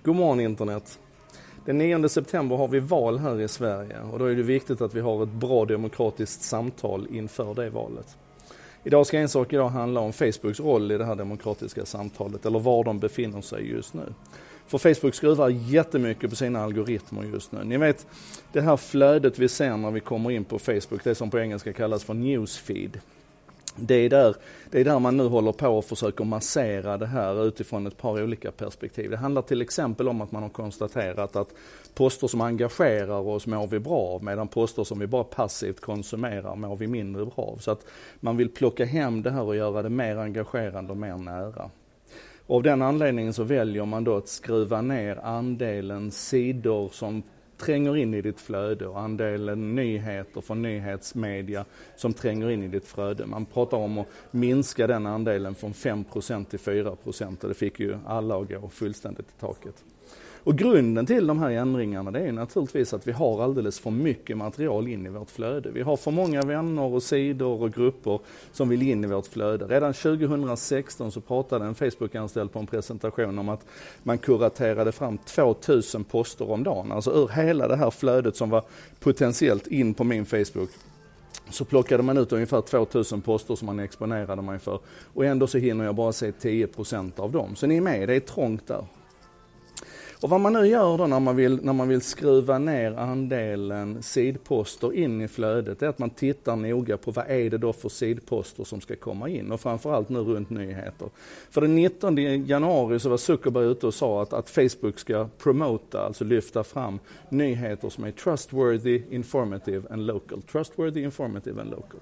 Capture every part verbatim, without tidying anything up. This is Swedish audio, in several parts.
God morgon internet. Den nionde september har vi val här i Sverige och då är det viktigt att vi har ett bra demokratiskt samtal inför det valet. Idag ska en sak idag handla om Facebooks roll i det här demokratiska samtalet eller var de befinner sig just nu. För Facebook skruvar jättemycket på sina algoritmer just nu. Ni vet, det här flödet vi ser när vi kommer in på Facebook, det som på engelska kallas för newsfeed. Det är, där, det är där man nu håller på och försöker massera det här utifrån ett par olika perspektiv. Det handlar till exempel om att man har konstaterat att poster som engagerar oss mår vi bra av, medan poster som vi bara passivt konsumerar mår vi mindre bra av. Så att man vill plocka hem det här och göra det mer engagerande och mer nära. Och av den anledningen så väljer man då att skruva ner andelen sidor som tränger in i ditt flöde och andelen nyheter från nyhetsmedia som tränger in i ditt flöde. Man pratar om att minska den andelen från fem procent till fyra procent och det fick ju alla att gå fullständigt i taket. Och grunden till de här ändringarna det är naturligtvis att vi har alldeles för mycket material in i vårt flöde. Vi har för många vänner och sidor och grupper som vill in i vårt flöde. Redan tjugohundrasexton så pratade en Facebook-anställd på en presentation om att man kuraterade fram tvåtusen poster om dagen. Alltså ur hela det här flödet som var potentiellt in på min Facebook. Så plockade man ut ungefär tvåtusen poster som man exponerade mig för. Och ändå så hinner jag bara se tio procent av dem. Så ni är med, det är trångt där. Och vad man nu gör då när man vill, när man vill skruva ner andelen sidposter in i flödet är att man tittar noga på vad är det då för sidposter som ska komma in och framförallt nu runt nyheter. För den nittonde januari så var Zuckerberg ute och sa att, att Facebook ska promota, alltså lyfta fram nyheter som är trustworthy, informative and local. Trustworthy, informative and local.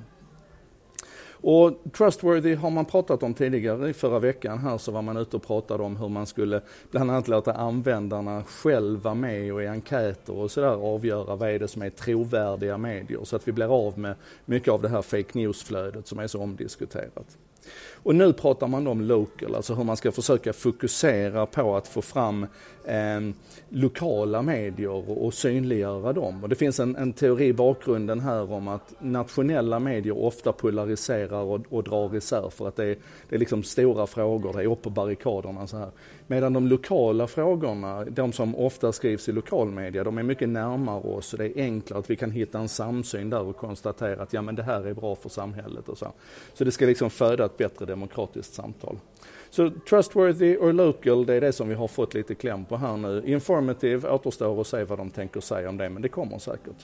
Och trustworthy har man pratat om tidigare. I förra veckan här så var man ute och pratade om hur man skulle bland annat låta användarna själva med och i enkäter och sådär avgöra vad är det som är trovärdiga medier så att vi blir av med mycket av det här fake news-flödet som är så omdiskuterat. Och nu pratar man om local, alltså hur man ska försöka fokusera på att få fram eh, lokala medier och, och synliggöra dem. Och det finns en, en teori i bakgrunden här om att nationella medier ofta polariserar och, och drar isär för att det är, det är liksom stora frågor, det är upp på barrikaderna så här. Medan de lokala frågorna, de som ofta skrivs i lokalmedia, de är mycket närmare oss och det är enklare att vi kan hitta en samsyn där och konstatera att ja, men det här är bra för samhället och så. Så det ska liksom föda ett bättre demokratiskt samtal. Så trustworthy or local, det är det som vi har fått lite kläm på här nu. Informative återstår att se vad de tänker säga om det, men det kommer säkert.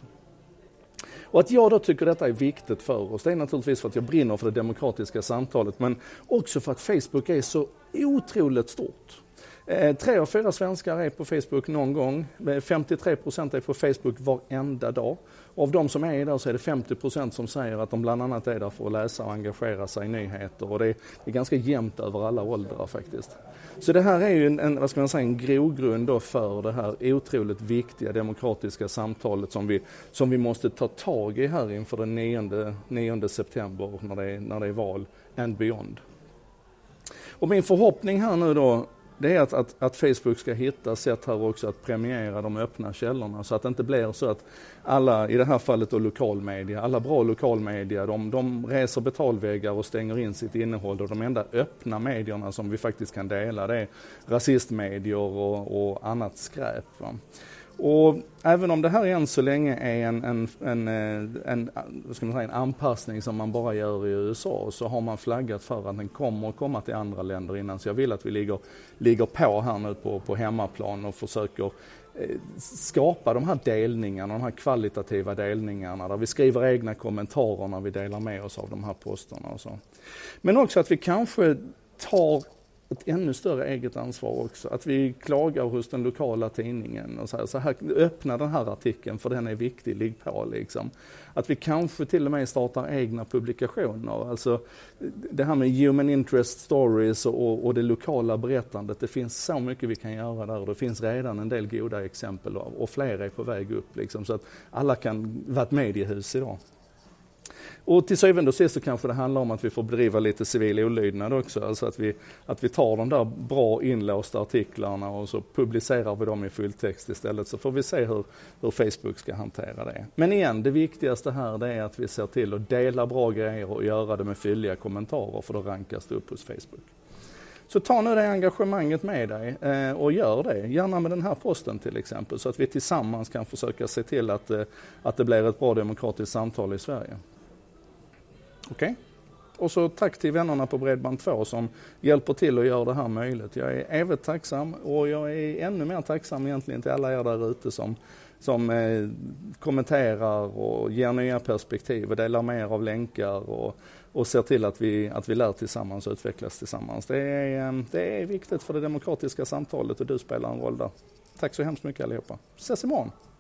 Och att jag då tycker detta är viktigt för oss, det är naturligtvis för att jag brinner för det demokratiska samtalet, men också för att Facebook är så otroligt stort. Eh, tre av fyra svenskar är på Facebook någon gång, femtiotre procent är på Facebook varenda dag. Och av de som är där så är det femtio procent som säger att de bland annat är där för att läsa och engagera sig i nyheter. Och det är, det är ganska jämnt över alla åldrar faktiskt. Så det här är ju en, en, vad ska man säga, en grogrund då för det här otroligt viktiga demokratiska samtalet som vi, som vi måste ta tag i här inför den nionde september när det, är, när det är val and beyond. Och min förhoppning här nu då, det är att, att, att Facebook ska hitta sätt här också att premiera de öppna källorna så att det inte blir så att alla, i det här fallet då lokalmedia, alla bra lokalmedia, de, de reser betalväggar och stänger in sitt innehåll och de enda öppna medierna som vi faktiskt kan dela det är rasistmedier och, och annat skräp. Va? Och även om det här än så länge är en, en, en, en, vad ska man säga, en anpassning som man bara gör i U S A så har man flaggat för att den kommer att komma till andra länder innan. Så jag vill att vi ligger, ligger på här nu på, på hemmaplan och försöker eh, skapa de här delningarna, de här kvalitativa delningarna där vi skriver egna kommentarer när vi delar med oss av de här posterna och så. Men också att vi kanske tar ett ännu större eget ansvar också. Att vi klagar hos den lokala tidningen och så här, så här öppna den här artikeln för den är viktig, ligg på liksom. Att vi kanske till och med startar egna publikationer. Alltså det här med human interest stories och, och det lokala berättandet, det finns så mycket vi kan göra där och det finns redan en del goda exempel och, och fler är på väg upp liksom, så att alla kan vara ett mediehus idag. Och till syvende och sist så kanske det handlar om att vi får bedriva lite civil olydnad också. Alltså att vi, att vi tar de där bra inlåsta artiklarna och så publicerar vi dem i fulltext istället. Så får vi se hur, hur Facebook ska hantera det. Men igen, det viktigaste här det är att vi ser till att dela bra grejer och göra det med fylliga kommentarer för då rankas det upp hos Facebook. Så ta nu det engagemanget med dig eh, och gör det. Gärna med den här posten till exempel. Så att vi tillsammans kan försöka se till att, eh, att det blir ett bra demokratiskt samtal i Sverige. Okej? Okay? Och så tack till vännerna på Bredband två som hjälper till att göra det här möjligt. Jag är evigt tacksam och jag är ännu mer tacksam egentligen till alla er där ute som, som eh, kommenterar och ger nya perspektiv och delar med er av länkar och, och ser till att vi, att vi lär tillsammans och utvecklas tillsammans. Det är, eh, det är viktigt för det demokratiska samtalet och du spelar en roll där. Tack så hemskt mycket allihopa. Ses imorgon!